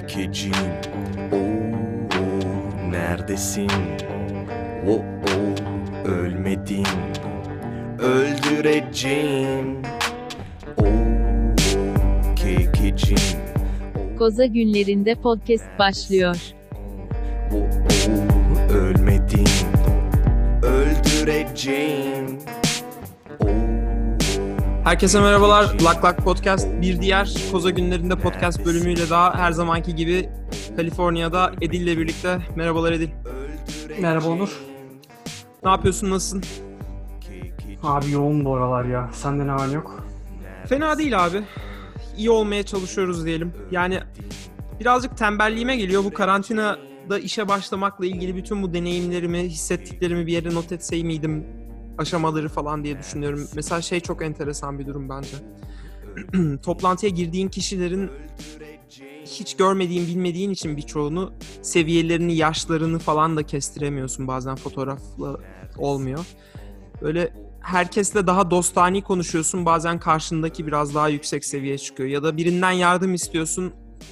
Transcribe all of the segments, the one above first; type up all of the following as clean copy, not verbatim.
kekecim. Neredesin? Ölmedin. Öldüreceğim. Kekecim. Koza Günlerinde podcast başlıyor. Ölmedin. Öldüreceğim. Herkese merhabalar. Lak Lak Podcast bir diğer Koza Günlerinde podcast bölümüyle daha her zamanki gibi Kaliforniya'da Edil'le birlikte. Merhabalar Edil. Merhaba Onur. Ne yapıyorsun, nasılsın? Abi yoğun bu aralar ya. Sende ne var yok? Fena değil abi. İyi olmaya çalışıyoruz diyelim. Yani birazcık tembelliğime geliyor. Bu karantinada işe başlamakla ilgili bütün bu deneyimlerimi, hissettiklerimi bir yere not etsey miydim? Aşamaları falan diye düşünüyorum. Mesela çok enteresan bir durum bence. Toplantıya girdiğin kişilerin hiç görmediğin, bilmediğin için birçoğunu seviyelerini, yaşlarını falan da kestiremiyorsun. Bazen fotoğrafla olmuyor. Böyle herkesle daha dostane konuşuyorsun. Bazen karşındaki biraz daha yüksek seviye çıkıyor. Ya da birinden yardım istiyorsun.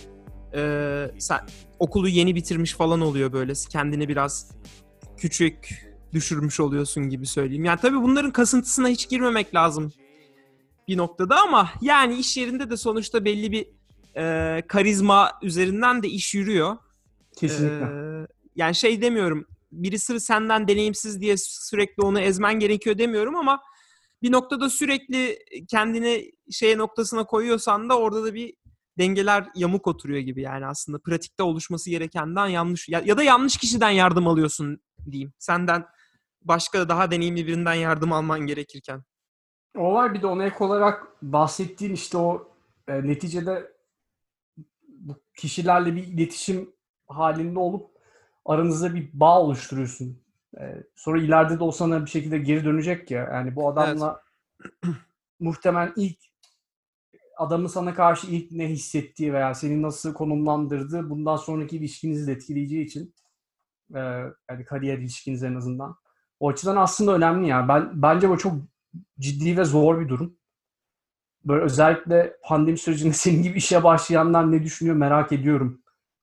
Sen okulu yeni bitirmiş falan oluyor böyle. Kendini biraz küçük düşürmüş oluyorsun gibi söyleyeyim. Yani tabii bunların kasıntısına hiç girmemek lazım bir noktada ama yani iş yerinde de sonuçta belli bir karizma üzerinden de iş yürüyor. Kesinlikle. Yani demiyorum, birisi senden deneyimsiz diye sürekli onu ezmen gerekiyor demiyorum ama bir noktada sürekli kendini noktasına koyuyorsan da orada da bir dengeler yamuk oturuyor gibi yani aslında. Pratikte oluşması gerekenden yanlış ya da yanlış kişiden yardım alıyorsun diyeyim. Senden başka daha deneyimli birinden yardım alman gerekirken. O var, bir de ona ek olarak bahsettiğin işte o neticede bu kişilerle bir iletişim halinde olup aranızda bir bağ oluşturuyorsun. Sonra ileride de o sana bir şekilde geri dönecek ya. Yani bu adamla muhtemelen ilk adamın sana karşı ilk ne hissettiği veya seni nasıl konumlandırdığı bundan sonraki ilişkinizi de etkileyeceği için yani kariyer ilişkiniz en azından. O açıdan aslında önemli ya. Bence bu çok ciddi ve zor bir durum. Böyle özellikle pandemi sürecinde senin gibi işe başlayanlar ne düşünüyor merak ediyorum.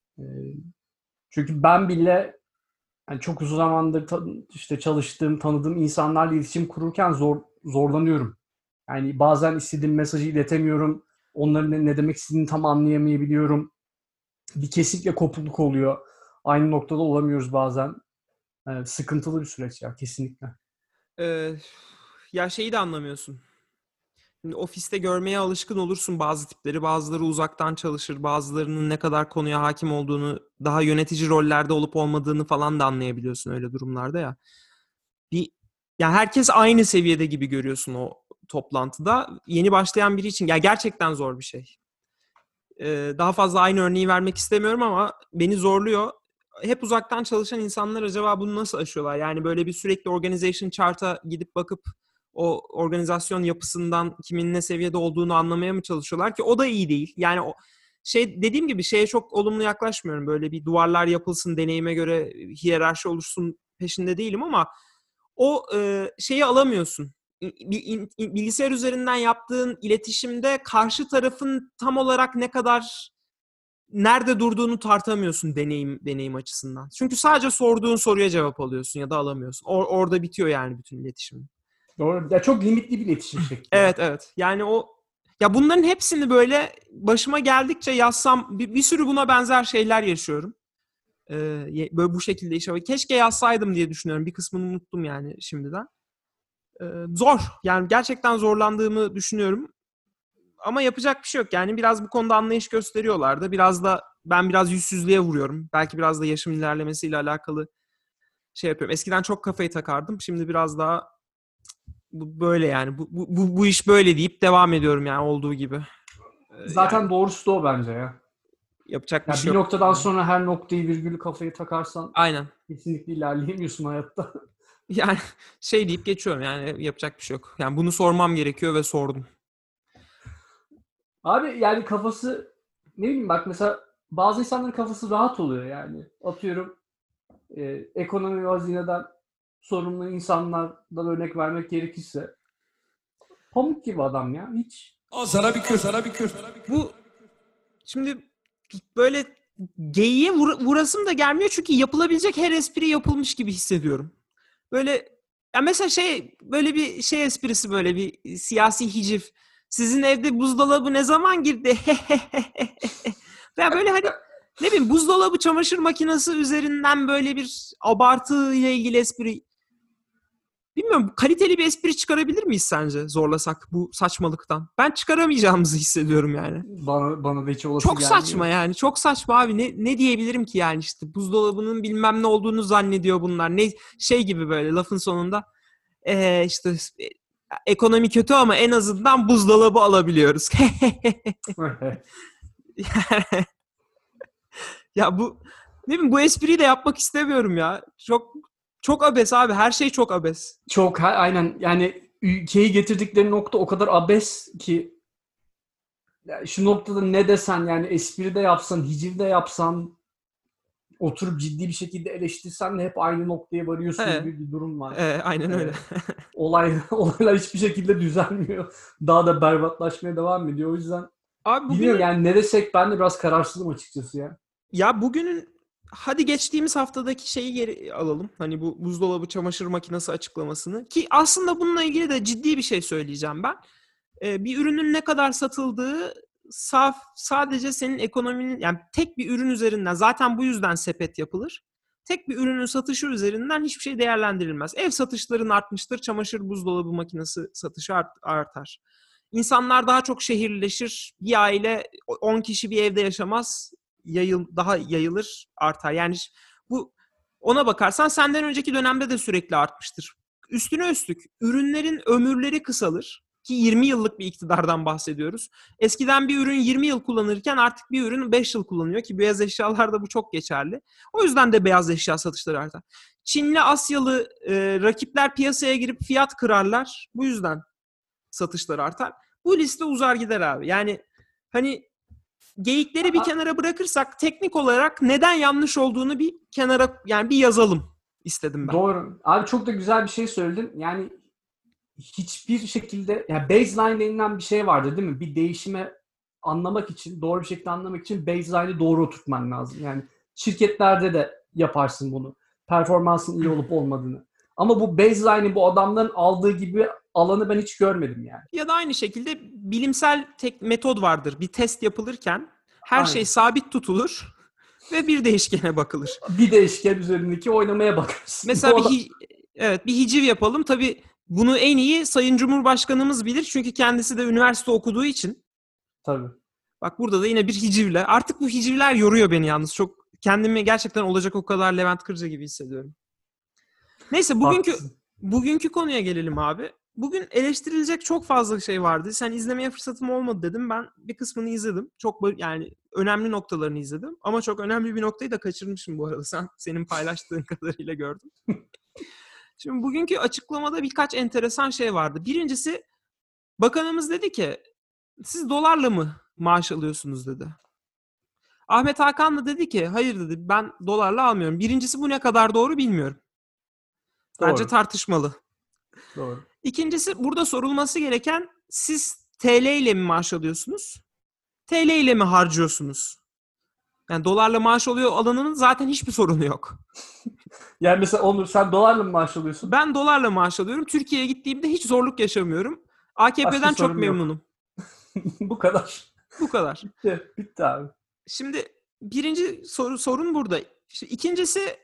Çünkü ben bile yani çok uzun zamandır işte çalıştığım, tanıdığım insanlarla iletişim kururken zorlanıyorum. Yani bazen istediğim mesajı iletemiyorum. Onların ne demek istediğini tam anlayamayabiliyorum. Bir kesinlikle kopukluk oluyor. Aynı noktada olamıyoruz bazen. Sıkıntılı bir süreç ya, kesinlikle. Ya de anlamıyorsun. Şimdi ofiste görmeye alışkın olursun bazı tipleri. Bazıları uzaktan çalışır. Bazılarının ne kadar konuya hakim olduğunu, daha yönetici rollerde olup olmadığını falan da anlayabiliyorsun öyle durumlarda ya. Yani herkes aynı seviyede gibi görüyorsun o toplantıda. Yeni başlayan biri için gerçekten zor bir şey. Daha fazla aynı örneği vermek istemiyorum ama beni zorluyor. Hep uzaktan çalışan insanlar acaba bunu nasıl aşıyorlar? Yani böyle bir sürekli organization chart'a gidip bakıp o organizasyon yapısından kimin ne seviyede olduğunu anlamaya mı çalışıyorlar ki o da iyi değil. Yani o dediğim gibi çok olumlu yaklaşmıyorum. Böyle bir duvarlar yapılsın, deneyime göre hiyerarşi oluşsun peşinde değilim ama o alamıyorsun. Bilgisayar üzerinden yaptığın iletişimde karşı tarafın tam olarak nerede durduğunu tartamıyorsun deneyim açısından. Çünkü sadece sorduğun soruya cevap alıyorsun ya da alamıyorsun. Orada bitiyor yani bütün iletişim. Doğru. Ya çok limitli bir iletişim şekli. Evet. Yani bunların hepsini böyle başıma geldikçe yazsam bir sürü buna benzer şeyler yaşıyorum. Böyle bu şekilde keşke yazsaydım diye düşünüyorum. Bir kısmını unuttum yani şimdiden. Zor. Yani gerçekten zorlandığımı düşünüyorum. Ama yapacak bir şey yok. Yani biraz bu konuda anlayış gösteriyorlardı. Ben biraz yüzsüzlüğe vuruyorum. Belki biraz da yaşım ilerlemesiyle alakalı yapıyorum. Eskiden çok kafayı takardım. Şimdi biraz daha böyle yani. Bu iş böyle deyip devam ediyorum yani olduğu gibi. Zaten Yani doğrusu da o bence ya. yapacak bir Ya şey bir yok. noktadan sonra her noktayı virgülü kafaya takarsan Aynen. kesinlikle ilerleyemiyorsun hayatta. Yani deyip geçiyorum yani yapacak bir şey yok. Yani bunu sormam gerekiyor ve sordum. Abi yani kafası ne bileyim bak mesela bazı insanların kafası rahat oluyor yani. Atıyorum ekonomi ve hazineden sorumlu insanlardan örnek vermek gerekirse pamuk gibi adam ya hiç. Sana bir kür. Bu şimdi böyle geyiğe vurasım da gelmiyor çünkü yapılabilecek her espri yapılmış gibi hissediyorum. Böyle ya mesela böyle bir esprisi, böyle bir siyasi hiciv. Sizin evde buzdolabı ne zaman girdi? Veya böyle hani ne bileyim buzdolabı, çamaşır makinesi üzerinden böyle bir abartı ile ilgili espri. Bilmiyorum, kaliteli bir espri çıkarabilir miyiz sence zorlasak bu saçmalıktan? Ben çıkaramayacağımızı hissediyorum yani. Bana da hiç olası Çok gelmiyor. saçma yani. Çok saçma abi. Ne diyebilirim ki yani işte buzdolabının bilmem ne olduğunu zannediyor bunlar. Ne gibi böyle lafın sonunda işte ekonomi kötü ama en azından buzdolabı alabiliyoruz. Ya bu ne bileyim bu espriyi de yapmak istemiyorum ya. Çok abes abi. Her şey çok abes. Aynen yani ülkeyi getirdikleri nokta o kadar abes ki yani şu noktada ne desen yani espri de yapsan, hiciv de yapsan, oturup ciddi bir şekilde eleştirsen de hep aynı noktaya varıyorsun gibi bir durum var. Aynen öyle. Olaylar hiçbir şekilde düzelmiyor. Daha da berbatlaşmaya devam ediyor. O yüzden Abi bilmiyorum yani ne desek ben de biraz kararsızım açıkçası ya. Ya hadi geçtiğimiz haftadaki şeyi geri alalım. Hani bu buzdolabı, çamaşır makinesi açıklamasını. Ki aslında bununla ilgili de ciddi bir şey söyleyeceğim ben. Bir ürünün ne kadar satıldığı sadece senin ekonominin, yani tek bir ürün üzerinden, zaten bu yüzden sepet yapılır. Tek bir ürünün satışı üzerinden hiçbir şey değerlendirilmez. Ev satışların artmıştır, çamaşır buzdolabı makinesi satışı artar. İnsanlar daha çok şehirleşir. Bir aile 10 kişi bir evde yaşamaz. Daha yayılır, artar. Yani ona bakarsan senden önceki dönemde de sürekli artmıştır. Üstüne üstlük ürünlerin ömürleri kısalır. Ki 20 yıllık bir iktidardan bahsediyoruz. Eskiden bir ürün 20 yıl kullanırken artık bir ürün 5 yıl kullanıyor ki beyaz eşyalarda bu çok geçerli. O yüzden de beyaz eşya satışları artar. Çinli, Asyalı rakipler piyasaya girip fiyat kırarlar. Bu yüzden satışlar artar. Bu liste uzar gider abi. Yani hani geyikleri bir kenara bırakırsak teknik olarak neden yanlış olduğunu bir kenara, yani bir yazalım istedim ben. Doğru. Abi çok da güzel bir şey söyledin. Yani hiçbir şekilde yani baseline denilen bir şey vardı değil mi? Bir değişime anlamak için, doğru bir şekilde anlamak için baseline'i doğru oturtman lazım. Yani şirketlerde de yaparsın bunu. Performansın iyi olup olmadığını. Ama bu baseline'i bu adamların aldığı gibi alanı ben hiç görmedim yani. Ya da aynı şekilde bilimsel metod vardır. Bir test yapılırken her şey sabit tutulur ve bir değişkene bakılır. Bir değişken üzerindeki oynamaya bakarsın. Mesela bir hiciv yapalım. Tabii bunu en iyi Sayın Cumhurbaşkanımız bilir. Çünkü kendisi de üniversite okuduğu için. Tabii. Bak burada da yine bir hicivle. Artık bu hicivler yoruyor beni yalnız. Çok kendimi gerçekten olacak o kadar Levent Kırca gibi hissediyorum. Neyse bugünkü konuya gelelim abi. Bugün eleştirilecek çok fazla şey vardı. Sen izlemeye fırsatım olmadı dedim. Ben bir kısmını izledim. Çok yani önemli noktalarını izledim. Ama çok önemli bir noktayı da kaçırmışım bu arada. Senin paylaştığın kadarıyla gördüm. Şimdi bugünkü açıklamada birkaç enteresan şey vardı. Birincisi, bakanımız dedi ki siz dolarla mı maaş alıyorsunuz dedi. Ahmet Hakan da dedi ki hayır dedi, ben dolarla almıyorum. Birincisi bu ne kadar doğru bilmiyorum. Bence tartışmalı. Doğru. İkincisi, burada sorulması gereken, siz TL ile mi maaş alıyorsunuz? TL ile mi harcıyorsunuz? Yani dolarla maaş alıyor alanının zaten hiçbir sorunu yok. Yani mesela Onur, sen dolarla mı maaş alıyorsun? Ben dolarla maaş alıyorum. Türkiye'ye gittiğimde hiç zorluk yaşamıyorum. AKP'den çok memnunum. Bu kadar. Bu kadar. Bitti abi. Şimdi birinci sorun burada. İşte İkincisi,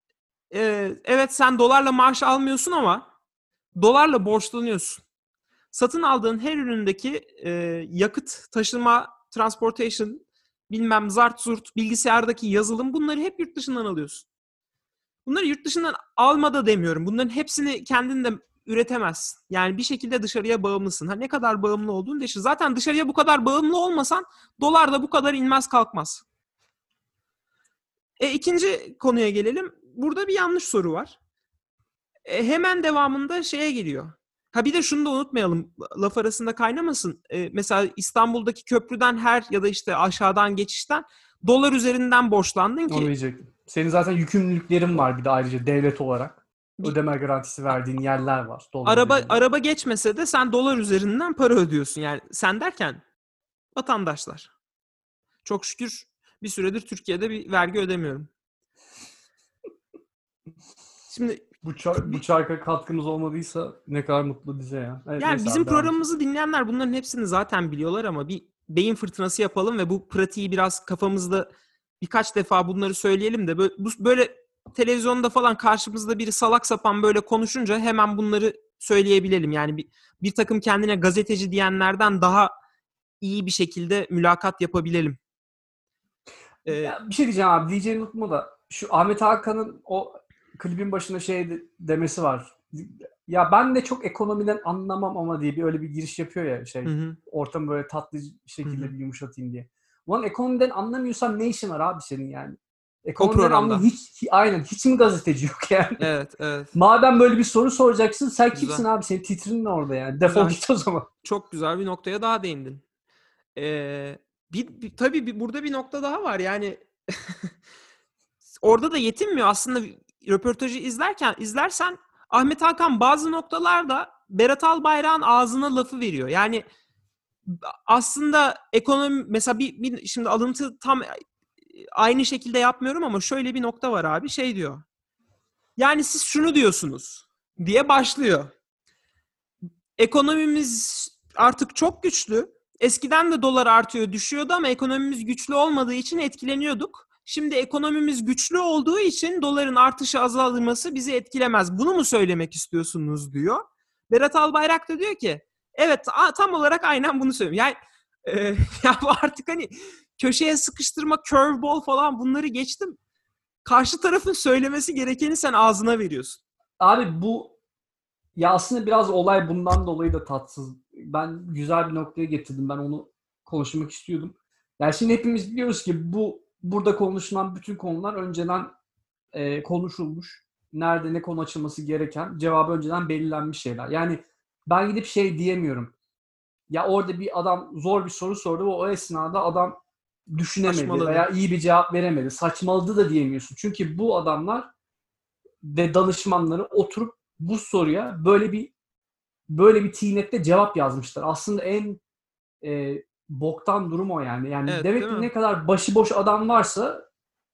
evet sen dolarla maaş almıyorsun ama dolarla borçlanıyorsun. Satın aldığın her üründeki yakıt, taşıma, transportation, bilmem zart zurt, bilgisayardaki yazılım, bunları hep yurt dışından alıyorsun. Bunları yurt dışından alma da demiyorum. Bunların hepsini kendin de üretemezsin. Yani bir şekilde dışarıya bağımlısın. Ne kadar bağımlı olduğunu değişir. Zaten dışarıya bu kadar bağımlı olmasan dolar da bu kadar inmez kalkmaz. İkinci konuya gelelim. Burada bir yanlış soru var. Hemen devamında şeye geliyor. Bir de şunu da unutmayalım. Laf arasında kaynamasın. Mesela İstanbul'daki köprüden ya da işte aşağıdan geçişten dolar üzerinden borçlandın ki. Onu diyecektim. Senin zaten yükümlülüklerin var bir de ayrıca devlet olarak. Ödeme garantisi verdiğin yerler var. Araba geçmese de sen dolar üzerinden para ödüyorsun. Yani sen derken vatandaşlar. Çok şükür bir süredir Türkiye'de bir vergi ödemiyorum. Şimdi Bu çarka katkımız olmadıysa ne kadar mutlu bize ya. Evet, yani neyse bizim abi, devam et. programımızı dinleyenler bunların hepsini zaten biliyorlar ama bir beyin fırtınası yapalım ve bu pratiği biraz kafamızda birkaç defa bunları söyleyelim de böyle televizyonda falan karşımızda biri salak sapan böyle konuşunca hemen bunları söyleyebilelim. Yani bir takım kendine gazeteci diyenlerden daha iyi bir şekilde mülakat yapabilelim. Ya bir şey diyeceğim abi. Diyeceğimi unutma da. Şu Ahmet Hakan'ın o klibin başında demesi var. Ya ben de çok ekonomiden anlamam ama diye öyle bir giriş yapıyor ya Hı hı. ortamı böyle tatlı şekilde Hı hı. bir yumuşatayım diye. Ulan ekonomiden anlamıyorsan ne işin var abi senin yani? O Ekonomiden programda. aynen hiç mi gazeteci yok yani? Evet. Madem böyle bir soru soracaksın sen Güzel. kimsin abi? Senin titrin ne orada yani? Defol Güzel. git o zaman. Çok güzel bir noktaya daha değindin. Tabii burada bir nokta daha var. Yani orada da yetinmiyor. Aslında röportajı izlersen Ahmet Hakan bazı noktalarda Berat Albayrak'ın ağzına lafı veriyor. Yani aslında ekonomi mesela şimdi alıntı tam aynı şekilde yapmıyorum ama şöyle bir nokta var abi. Şey diyor. Yani siz şunu diyorsunuz diye başlıyor. Ekonomimiz artık çok güçlü. Eskiden de dolar artıyor, düşüyordu ama ekonomimiz güçlü olmadığı için etkileniyorduk. Şimdi ekonomimiz güçlü olduğu için doların artışı azalması bizi etkilemez. Bunu mu söylemek istiyorsunuz diyor. Berat Albayrak da diyor ki evet tam olarak aynen bunu söylüyorum. Yani ya bu artık hani köşeye sıkıştırma, curveball falan bunları geçtim. Karşı tarafın söylemesi gerekeni sen ağzına veriyorsun. Abi ya aslında biraz olay bundan dolayı da tatsız. Ben güzel bir noktaya getirdim. Ben onu konuşmak istiyordum. Yani şimdi hepimiz biliyoruz ki burada konuşulan bütün konular önceden konuşulmuş. Nerede ne konu açılması gereken cevabı önceden belirlenmiş şeyler. Yani ben gidip diyemiyorum. Ya orada bir adam zor bir soru sordu ve o esnada adam düşünemedi Saçmaladı. veya iyi bir cevap veremedi. Saçmaladı da diyemiyorsun. Çünkü bu adamlar ve danışmanları oturup bu soruya böyle bir tinette cevap yazmışlar. Aslında en boktan durum o yani. Yani Evet, demek değil ki mi? ne kadar başıboş adam varsa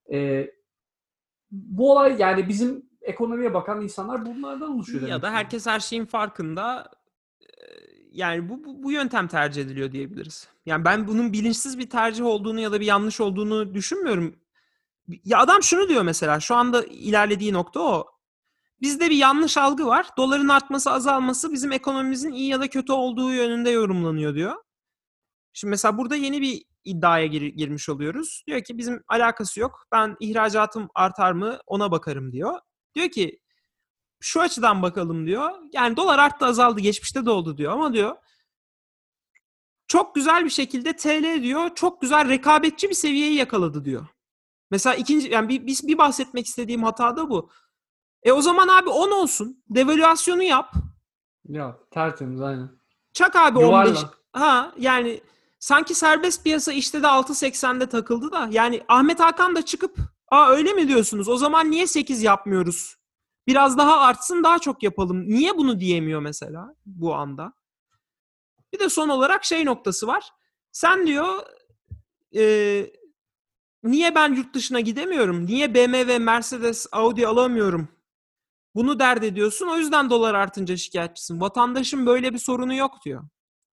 bu olay yani bizim ekonomiye bakan insanlar bunlardan oluşuyor demek Ya da ki. herkes her şeyin farkında. Yani bu yöntem tercih ediliyor diyebiliriz. Yani ben bunun bilinçsiz bir tercih olduğunu ya da bir yanlış olduğunu düşünmüyorum. Ya adam şunu diyor mesela, şu anda ilerlediği nokta o. Bizde bir yanlış algı var. Doların artması, azalması bizim ekonomimizin iyi ya da kötü olduğu yönünde yorumlanıyor diyor. Şimdi mesela burada yeni bir iddiaya girmiş oluyoruz. Diyor ki bizim alakası yok. Ben ihracatım artar mı ona bakarım diyor. Diyor ki şu açıdan bakalım diyor. Yani dolar arttı azaldı geçmişte de oldu diyor ama diyor çok güzel bir şekilde TL diyor çok güzel rekabetçi bir seviyeyi yakaladı diyor. Mesela yani bir bahsetmek istediğim hata da bu. O zaman abi 10 olsun. Devalüasyonu yap. Ya tertemiz aynen. Çak abi Yuvarla. 15. Yani sanki serbest piyasa işte de 6.80'de takıldı da. Yani Ahmet Hakan da çıkıp öyle mi diyorsunuz? O zaman niye 8 yapmıyoruz? Biraz daha artsın daha çok yapalım. Niye bunu diyemiyor mesela bu anda? Bir de son olarak noktası var. Sen diyor niye ben yurt dışına gidemiyorum? Niye BMW, Mercedes, Audi alamıyorum? Bunu dert ediyorsun. O yüzden dolar artınca şikayetçisin. Vatandaşın böyle bir sorunu yok diyor.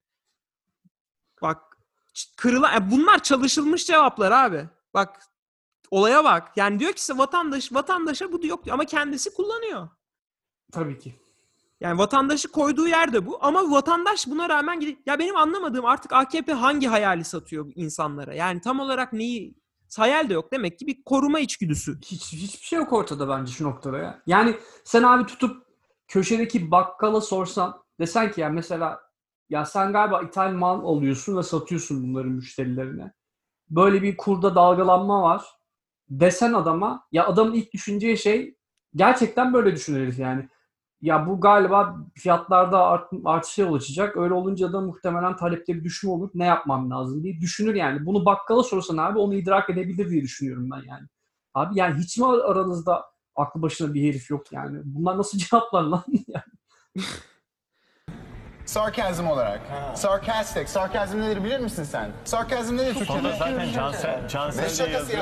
Bak bunlar çalışılmış cevaplar abi. Bak olaya bak. Yani diyor ki vatandaşa bu yok diyor ama kendisi kullanıyor. Tabii ki. Yani vatandaşı koyduğu yerde bu ama vatandaş buna rağmen ya benim anlamadığım artık AKP hangi hayali satıyor insanlara? Yani tam olarak neyi hayal de yok demek ki bir koruma içgüdüsü. Hiçbir şey yok ortada bence şu noktada ya. Yani sen abi tutup köşedeki bakkala sorsan desen ki ya mesela ya sen galiba ithal mal alıyorsun ve satıyorsun bunların müşterilerine. Böyle bir kurda dalgalanma var desen adama ya adamın ilk düşüneceği şey gerçekten böyle düşünürüz yani. Ya bu galiba fiyatlarda artışa yol açacak. Öyle olunca da muhtemelen talepte bir düşme olur. Ne yapmam lazım diye düşünür yani. Bunu bakkala sorsan abi onu idrak edebilir diye düşünüyorum ben yani. Abi yani hiç mi aranızda aklı başına bir herif yok yani? Bunlar nasıl cevaplar lan? Sarkazm olarak. Sarcastic. Sarkazm nedir bilir misin sen? Sarkazm nedir Türkçe'de? Zaten Cansel Ne diye şakası ya? yazıyor.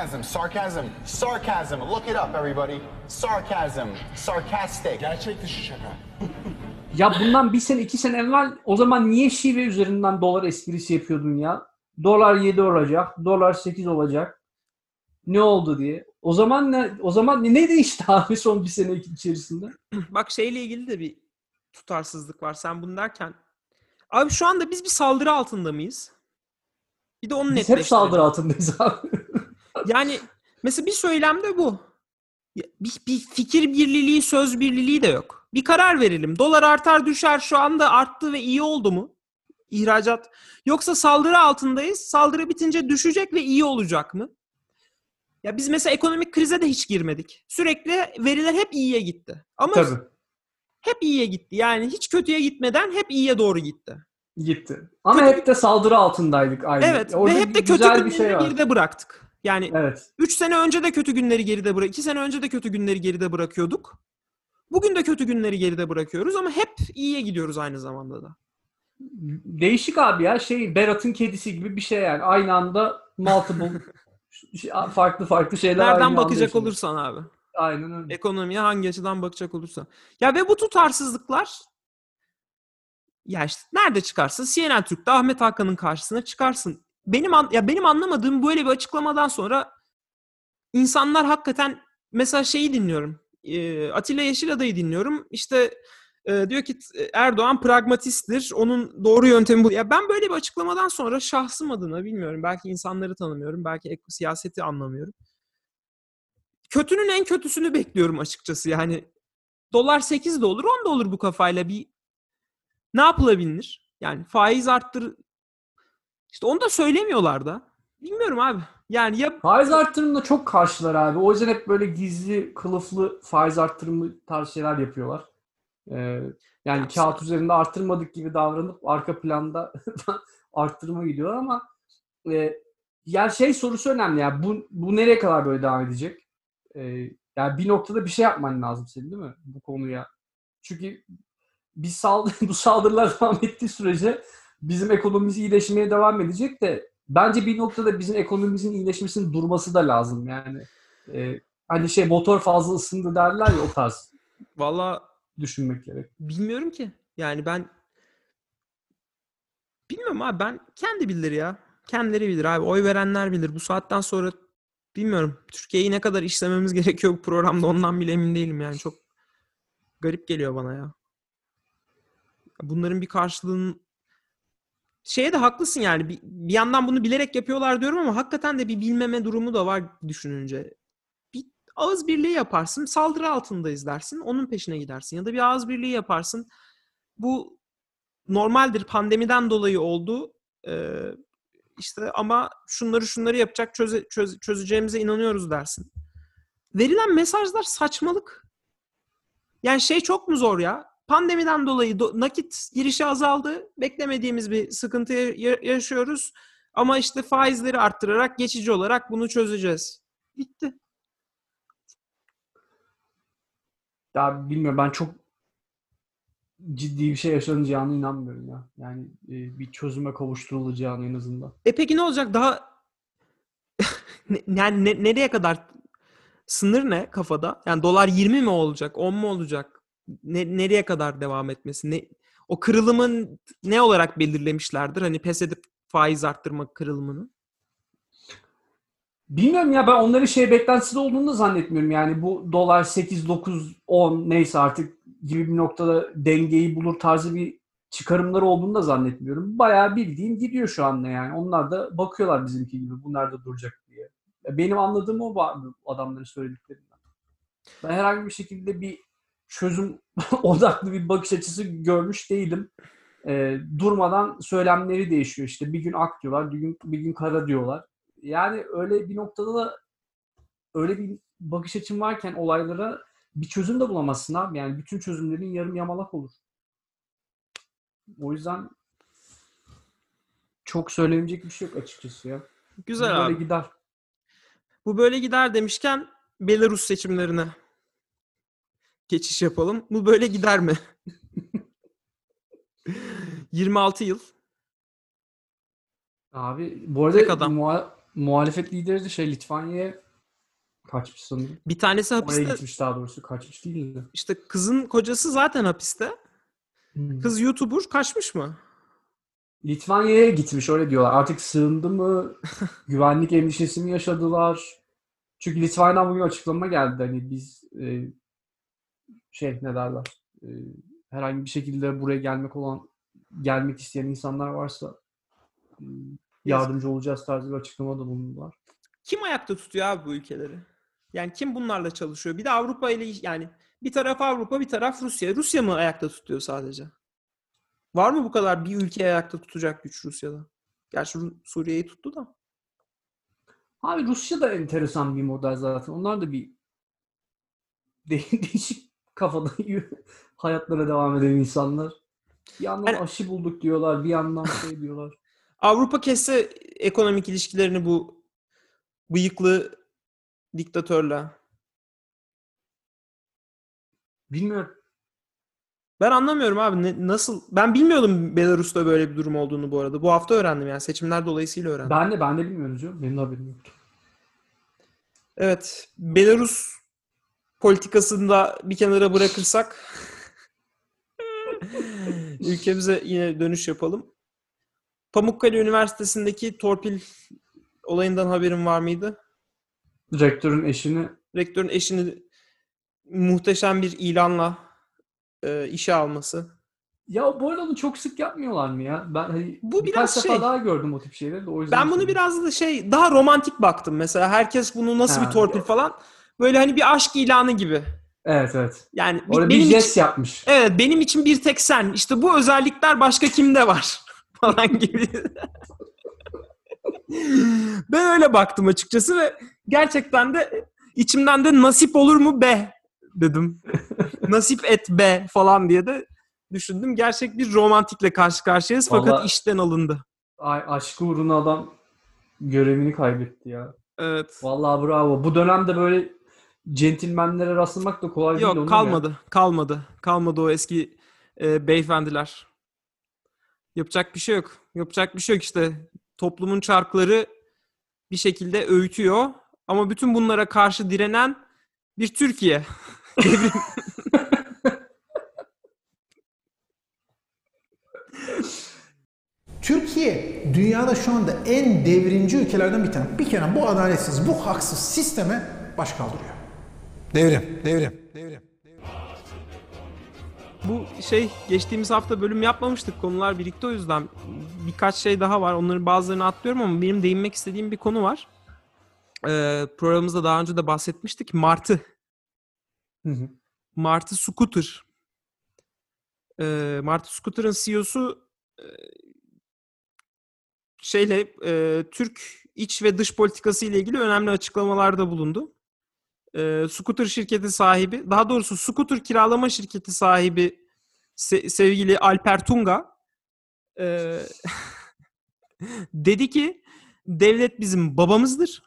Sarcasm. Look it up everybody. Sarcasm. Sarcastic. Gerçek dışı şaka. Ya bundan 1 sene 2 sene evvel o zaman niye şive üzerinden dolar esprisi yapıyordun ya? Dolar 7 olacak, dolar 8 olacak. Ne oldu diye. O zaman ne değişti abi son 1 sene içerisinde? Bak şeyle ilgili de bir tutarsızlık var. Sen bunu derken. Abi şu anda biz bir saldırı altında mıyız? Bir de onu Biz hep netleştirelim. saldırı altındayız abi. Yani mesela bir söylemde bu. Bir fikir birliği, söz birliği de yok. Bir karar verelim. Dolar artar düşer, şu anda arttı ve iyi oldu mu? İhracat. Yoksa saldırı altındayız. Saldırı bitince düşecek ve iyi olacak mı? Ya biz mesela ekonomik krize de hiç girmedik. Sürekli veriler hep iyiye gitti. Ama Tabii. hep iyiye gitti. Yani hiç kötüye gitmeden hep iyiye doğru gitti. Gitti. Ama hep de saldırı altındaydık aynı. Evet Orada ve hep de kötü güzel bir günleri şey var. geride bıraktık. Yani Evet. 3 sene önce de kötü günleri geride bırak, 2 sene önce de kötü günleri geride bırakıyorduk. Bugün de kötü günleri geride bırakıyoruz ama hep iyiye gidiyoruz aynı zamanda da. Değişik abi ya. Berat'ın kedisi gibi bir şey yani. Aynı anda multiple farklı şeyler aynı Nereden anda bakacak yaşanıyor. olursan abi. Aynen öyle. Ekonomiye hangi açıdan bakacak olursan. Ya ve bu tutarsızlıklar ya işte nerede çıkarsın? CNN Türk'te Ahmet Hakan'ın karşısına çıkarsın. Benim anlamadığım böyle bir açıklamadan sonra insanlar hakikaten mesela şeyi dinliyorum. Atilla Yeşilada'yı dinliyorum. İşte diyor ki Erdoğan pragmatisttir. Onun doğru yöntemi bu. Ya ben böyle bir açıklamadan sonra şahsım adına bilmiyorum. Belki insanları tanımıyorum. Belki siyaseti anlamıyorum. Kötünün en kötüsünü bekliyorum açıkçası. Yani dolar 8 de olur, 10 da olur bu kafayla. Ne yapılabilir? Yani faiz arttır. İşte onu da söylemiyorlar da. Bilmiyorum abi. Yani ya Faiz arttırımına çok karşılar abi. O yüzden hep böyle gizli, kılıflı faiz arttırımı tarzı şeyler yapıyorlar. Yani kağıt üzerinde arttırmadık gibi davranıp arka planda arttırıma gidiyorlar ama yani sorusu önemli ya. Bu nereye kadar böyle devam edecek? Yani bir noktada bir şey yapman lazım senin değil mi bu konuya? Çünkü bu saldırılar devam ettiği sürece bizim ekonomimiz iyileşmeye devam edecek de bence bir noktada bizim ekonomimizin iyileşmesinin durması da lazım yani. Hani motor fazla ısındı derler ya, o tarz vallahi düşünmek gerek. bilmiyorum ki. Yani ben bilmiyorum abi, ben kendi bilir ya. Kendileri bilir abi. Oy verenler bilir. Bu saatten sonra bilmiyorum. Türkiye'yi ne kadar işlememiz gerekiyor bu programda, ondan bile emin değilim yani. Çok garip geliyor bana ya. Bunların bir karşılığının şeye de haklısın yani. Bir yandan bunu bilerek yapıyorlar diyorum ama hakikaten de bir bilmeme durumu da var düşününce. Bir ağız birliği yaparsın, saldırı altındayız dersin, onun peşine gidersin. Ya da bir ağız birliği yaparsın, bu normaldir, pandemiden dolayı oldu. İşte ama şunları yapacak, çözeceğimize inanıyoruz dersin. Verilen mesajlar saçmalık. Yani çok mu zor ya? Pandemiden dolayı nakit girişi azaldı. Beklemediğimiz bir sıkıntı yaşıyoruz. Ama işte faizleri arttırarak geçici olarak bunu çözeceğiz. Bitti. Ya bilmiyorum, ben çok ciddi bir şey yaşanacağına inanmıyorum ya. Yani bir çözüme kavuşturulacağına en azından. Peki ne olacak? Daha yani nereye kadar? Sınır ne kafada? Yani dolar 20 mi olacak? 10 mu olacak? Nereye kadar devam etmesi? O kırılımın ne olarak belirlemişlerdir? Hani pes edip faiz arttırma kırılımını. Bilmiyorum ya, ben onların beklentisi olduğunu da zannetmiyorum. Yani bu dolar 8, 9, 10 neyse artık gibi bir noktada dengeyi bulur tarzı bir çıkarımları olduğunu da zannetmiyorum. Bayağı bildiğin gidiyor şu anda yani. Onlar da bakıyorlar bizimki gibi bu nerede duracak diye. Benim anladığım o adamların söylediklerinden. Ben herhangi bir şekilde bir çözüm odaklı bir bakış açısı görmüş değilim. Durmadan söylemleri değişiyor işte. Bir gün ak diyorlar, bir gün kara diyorlar. Yani öyle bir noktada da öyle bir bakış açım varken olaylara bir çözüm de bulamazsın abi. Yani bütün çözümlerin yarım yamalak olur. O yüzden çok söylenecek bir şey yok açıkçası ya. Güzel Bu abi. böyle gider. Bu böyle gider demişken Belarus seçimlerine geçiş yapalım. Bu böyle gider mi? 26 yıl. Abi bu Tek arada adam. muhalefet lideri de Litvanya'ya kaçmış sanırım. Bir tanesi Oraya hapiste. gitmiş daha doğrusu. Kaçmış değil de. İşte kızın kocası zaten hapiste. Kız YouTuber kaçmış mı? Litvanya'ya gitmiş öyle diyorlar. Artık sığındı mı? Güvenlik endişesi mi yaşadılar? Çünkü Litvanya'dan bugün açıklama geldi. Hani biz ne derler? E, herhangi bir şekilde buraya gelmek isteyen insanlar varsa yardımcı olacağız tarzı bir açıklama da bulundular. Kim ayakta tutuyor abi bu ülkeleri? Yani kim bunlarla çalışıyor? Bir de Avrupa ile yani bir taraf Avrupa, bir taraf Rusya. Rusya mı ayakta tutuyor sadece? Var mı bu kadar bir ülkeyi ayakta tutacak güç Rusya'da? Gerçi Suriye'yi tuttu da. Abi Rusya da enteresan bir model zaten. Onlar da bir değişik kafada hayatlara devam eden insanlar. Bir yandan aşı bulduk diyorlar, bir yandan diyorlar. Avrupa kesse ekonomik ilişkilerini bu bıyıklı diktatörle. Bilmiyorum. Ben anlamıyorum abi. Nasıl? Ben bilmiyordum Belarus'ta böyle bir durum olduğunu bu arada. Bu hafta öğrendim yani. Seçimler dolayısıyla öğrendim. Ben de bilmiyorum canım. Benim de haberim yoktu. Evet. Belarus politikasını da bir kenara bırakırsak ülkemize yine dönüş yapalım. Pamukkale Üniversitesi'ndeki torpil olayından haberin var mıydı? Rektörün eşini muhteşem bir ilanla işe alması. Ya bu arada onu çok sık yapmıyorlar mı ya? Ben Bu birkaç biraz defa daha gördüm o tip şeyleri de o yüzden. Ben bunu biraz da daha romantik baktım mesela. Herkes bunu nasıl bir torpil falan. Böyle hani bir aşk ilanı gibi. Evet. Yani orada benim bir jest için, yapmış. Evet, benim için bir tek sen. İşte bu özellikler başka kimde var falan gibi. Ben öyle baktım açıkçası ve gerçekten de içimden de nasip olur mu be dedim. Nasip et be falan diye de düşündüm. Gerçek bir romantikle karşı karşıyayız fakat işten alındı. Aşkı uğruna adam görevini kaybetti ya. Evet. Vallahi bravo. Bu dönemde böyle centilmenlere rastlamak da kolay değil. Yok kalmadı o eski beyefendiler. Yapacak bir şey yok işte. Toplumun çarkları bir şekilde öğütüyor. Ama bütün bunlara karşı direnen bir Türkiye. Türkiye dünyada şu anda en devrimci ülkelerden bir tane. Bir kere bu adaletsiz, bu haksız sisteme baş kaldırıyor. Devrim. Bu geçtiğimiz hafta bölüm yapmamıştık. Konular birikti o yüzden. Birkaç şey daha var. Onların bazılarını atlıyorum ama benim değinmek istediğim bir konu var. Programımızda daha önce de bahsetmiştik. Martı. Martı Scooter. Martı Scooter'ın CEO'su Türk iç ve dış politikası ile ilgili önemli açıklamalarda bulundu. Scooter şirketi sahibi, daha doğrusu Scooter kiralama şirketi sahibi sevgili Alper Tunga dedi ki devlet bizim babamızdır.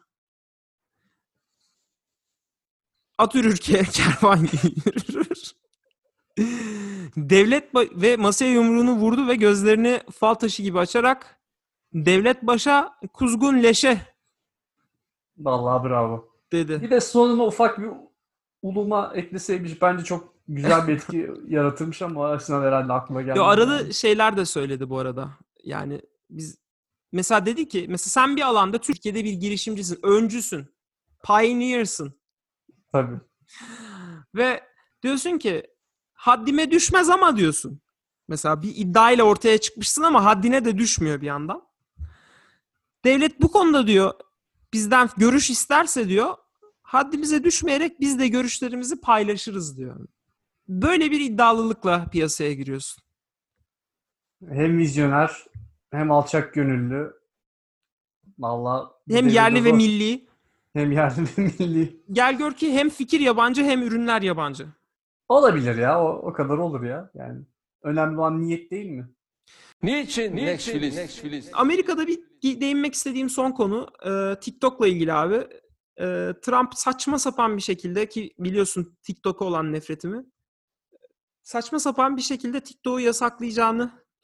At yürürken kervan yürür. Devlet ve masaya yumruğunu vurdu ve gözlerini fal taşı gibi açarak devlet başa, kuzgun leşe. Vallahi bravo. Dedi. Bir de sonuna ufak bir uluma ekleseymiş bence çok güzel bir etki yaratırmış ama aslında herhalde aklıma gelmedi. Arada şeyler de söyledi bu arada. Yani biz mesela dedi ki sen bir alanda Türkiye'de bir girişimcisin, öncüsün, pioneer'sın. Tabii. Ve diyorsun ki haddime düşmez ama diyorsun. Mesela bir iddiayla ortaya çıkmışsın ama haddine de düşmüyor bir yandan. Devlet bu konuda diyor bizden görüş isterse diyor haddimize düşmeyerek biz de görüşlerimizi paylaşırız diyor. Böyle bir iddialılıkla piyasaya giriyorsun. Hem vizyoner hem alçak gönüllü. Vallahi hem yerli ve milli. Hem yerli ve milli. Gel gör ki hem fikir yabancı hem ürünler yabancı. Olabilir ya. O kadar olur ya. Yani önemli olan niyet değil mi? Niçin Netflix? Amerika'da bir değinmek istediğim son konu TikTok'la ilgili abi. Trump saçma sapan bir şekilde ki biliyorsun TikTok'a olan nefretimi. Saçma sapan bir şekilde TikTok'u yasaklayacağını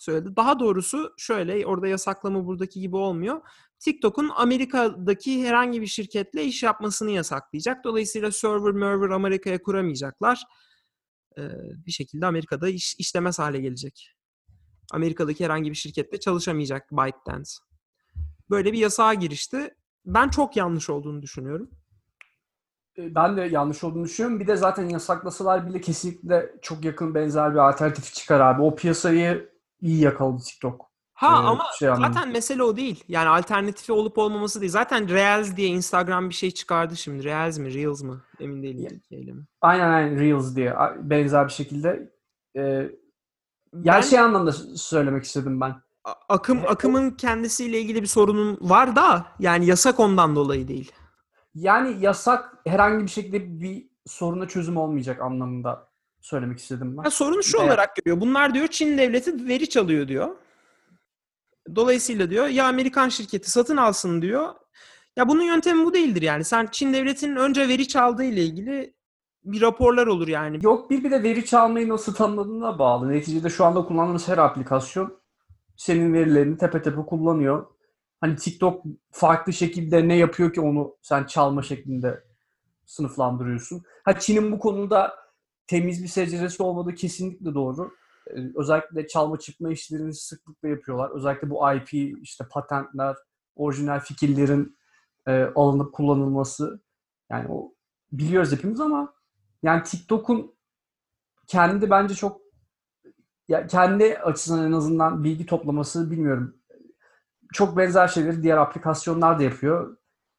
söyledi. Daha doğrusu şöyle, orada yasaklama buradaki gibi olmuyor. TikTok'un Amerika'daki herhangi bir şirketle iş yapmasını yasaklayacak. Dolayısıyla server Amerika'ya kuramayacaklar. Bir şekilde Amerika'da işlemez hale gelecek. Amerika'daki herhangi bir şirketle çalışamayacak ByteDance. Böyle bir yasağa girişti. Ben çok yanlış olduğunu düşünüyorum. Ben de yanlış olduğunu düşünüyorum. Bir de zaten yasaklasalar bile kesinlikle çok yakın benzer bir alternatif çıkar abi. O piyasayı iyi yakaladı TikTok. Ama anlamında. zaten mesele o değil. Yani alternatifi olup olmaması değil. Zaten Reels diye Instagram bir şey çıkardı şimdi. Reels mi? Emin değilim Türkiye'yle mi? Aynen Reels diye benzer bir şekilde. Ben şey anlamda söylemek istedim ben. akımın kendisiyle ilgili bir sorunum var da yani yasak ondan dolayı değil. Yani yasak herhangi bir şekilde bir soruna çözüm olmayacak anlamında söylemek istedim ben. Sorunu şu olarak görüyor. Bunlar diyor Çin devleti veri çalıyor diyor. Dolayısıyla diyor ya Amerikan şirketi satın alsın diyor. Ya bunun yöntemi bu değildir yani. Sen Çin devletinin önce veri çaldığı ile ilgili bir raporlar olur yani. Yok bir de veri çalmayı nasıl tanımladığına bağlı. Neticede şu anda kullandığımız her aplikasyon senin verilerini tepe tepe kullanıyor. Hani TikTok farklı şekilde ne yapıyor ki onu sen çalma şeklinde sınıflandırıyorsun. Çin'in bu konuda temiz bir seceresi olmadığı kesinlikle doğru. Özellikle çalma çıkma işlerini sıklıkla yapıyorlar. Özellikle bu IP, işte patentler, orijinal fikirlerin alınıp kullanılması. Yani o biliyoruz hepimiz ama yani TikTok'un kendi bence çok kendi açısından en azından bilgi toplaması bilmiyorum. Çok benzer şeyleri diğer aplikasyonlar da yapıyor.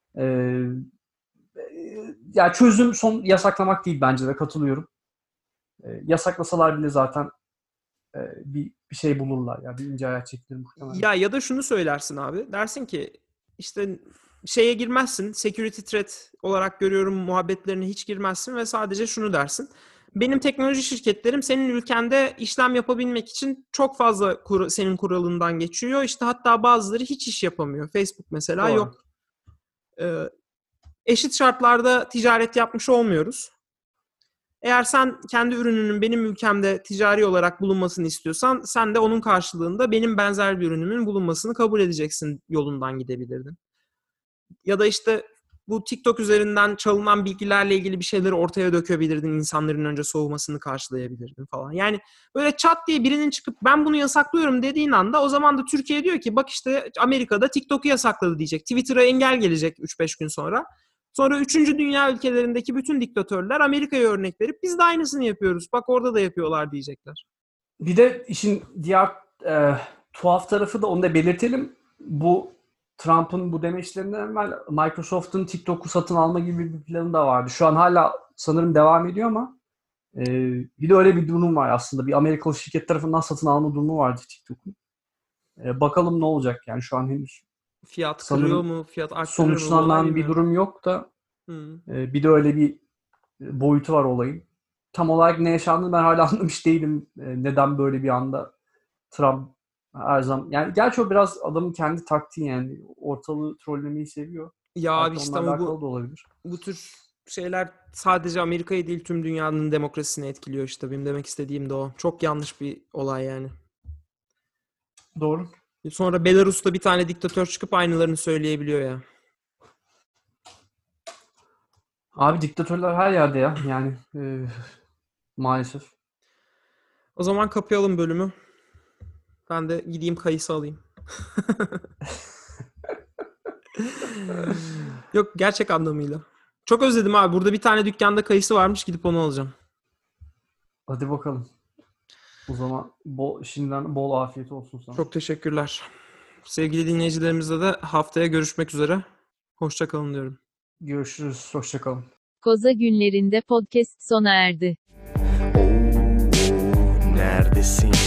Yani çözüm son yasaklamak değil bence de katılıyorum. Yasaklasalar bile zaten bir şey bulurlar ya bir ince ayak çekilir muhtemelen. Ya da şunu söylersin abi. Dersin ki işte şeye girmezsin. Security threat olarak görüyorum muhabbetlerine hiç girmezsin ve sadece şunu dersin. Benim teknoloji şirketlerim senin ülkende işlem yapabilmek için çok fazla senin kuralından geçiyor. İşte hatta bazıları hiç iş yapamıyor. Facebook mesela Doğru. yok. Eşit şartlarda ticaret yapmış olmuyoruz. Eğer sen kendi ürününün benim ülkemde ticari olarak bulunmasını istiyorsan sen de onun karşılığında benim benzer bir ürünümün bulunmasını kabul edeceksin yolundan gidebilirdin. Ya da işte bu TikTok üzerinden çalınan bilgilerle ilgili bir şeyleri ortaya dökebilirdin. İnsanların önce soğumasını karşılayabilirdin falan. Yani böyle çat diye birinin çıkıp ben bunu yasaklıyorum dediğin anda o zaman da Türkiye diyor ki bak işte Amerika'da TikTok'u yasakladı diyecek. Twitter'a engel gelecek 3-5 gün sonra. Sonra 3. dünya ülkelerindeki bütün diktatörler Amerika'ya örnek verip biz de aynısını yapıyoruz. Bak orada da yapıyorlar diyecekler. Bir de işin diğer tuhaf tarafı da onu da belirtelim. Bu Trump'ın bu demeçlerinden evvel Microsoft'un TikTok'u satın alma gibi bir planı da vardı. Şu an hala sanırım devam ediyor ama bir de öyle bir durum var aslında. Bir Amerikalı şirket tarafından satın alma durumu vardı TikTok'un. Bakalım ne olacak yani şu an henüz. Fiyat kırıyor mu? Fiyat arttırıyor mu? Sonuçlanan bir durum yok da bir de öyle bir boyutu var olayın. Tam olarak ne yaşandığını ben hala anlamış değilim. Neden böyle bir anda Trump her zaman. Yani gerçi o biraz adamın kendi taktiği yani. Ortalığı trollemeyi seviyor. Ya abi işte ama bu tür şeyler sadece Amerika'yı değil tüm dünyanın demokrasisini etkiliyor işte. Benim demek istediğim de o. Çok yanlış bir olay yani. Doğru. Sonra Belarus'ta bir tane diktatör çıkıp aynılarını söyleyebiliyor ya. Abi diktatörler her yerde ya. Yani maalesef. O zaman kapayalım bölümü. Ben de gideyim kayısı alayım. Yok gerçek anlamıyla. Çok özledim abi. Burada bir tane dükkanda kayısı varmış. Gidip onu alacağım. Hadi bakalım. O zaman şimdiden bol afiyet olsun sana. Çok teşekkürler. Sevgili dinleyicilerimizle de haftaya görüşmek üzere. Hoşça kalın diyorum. Görüşürüz. Hoşça kalın. Koza günlerinde podcast sona erdi. Neredesin?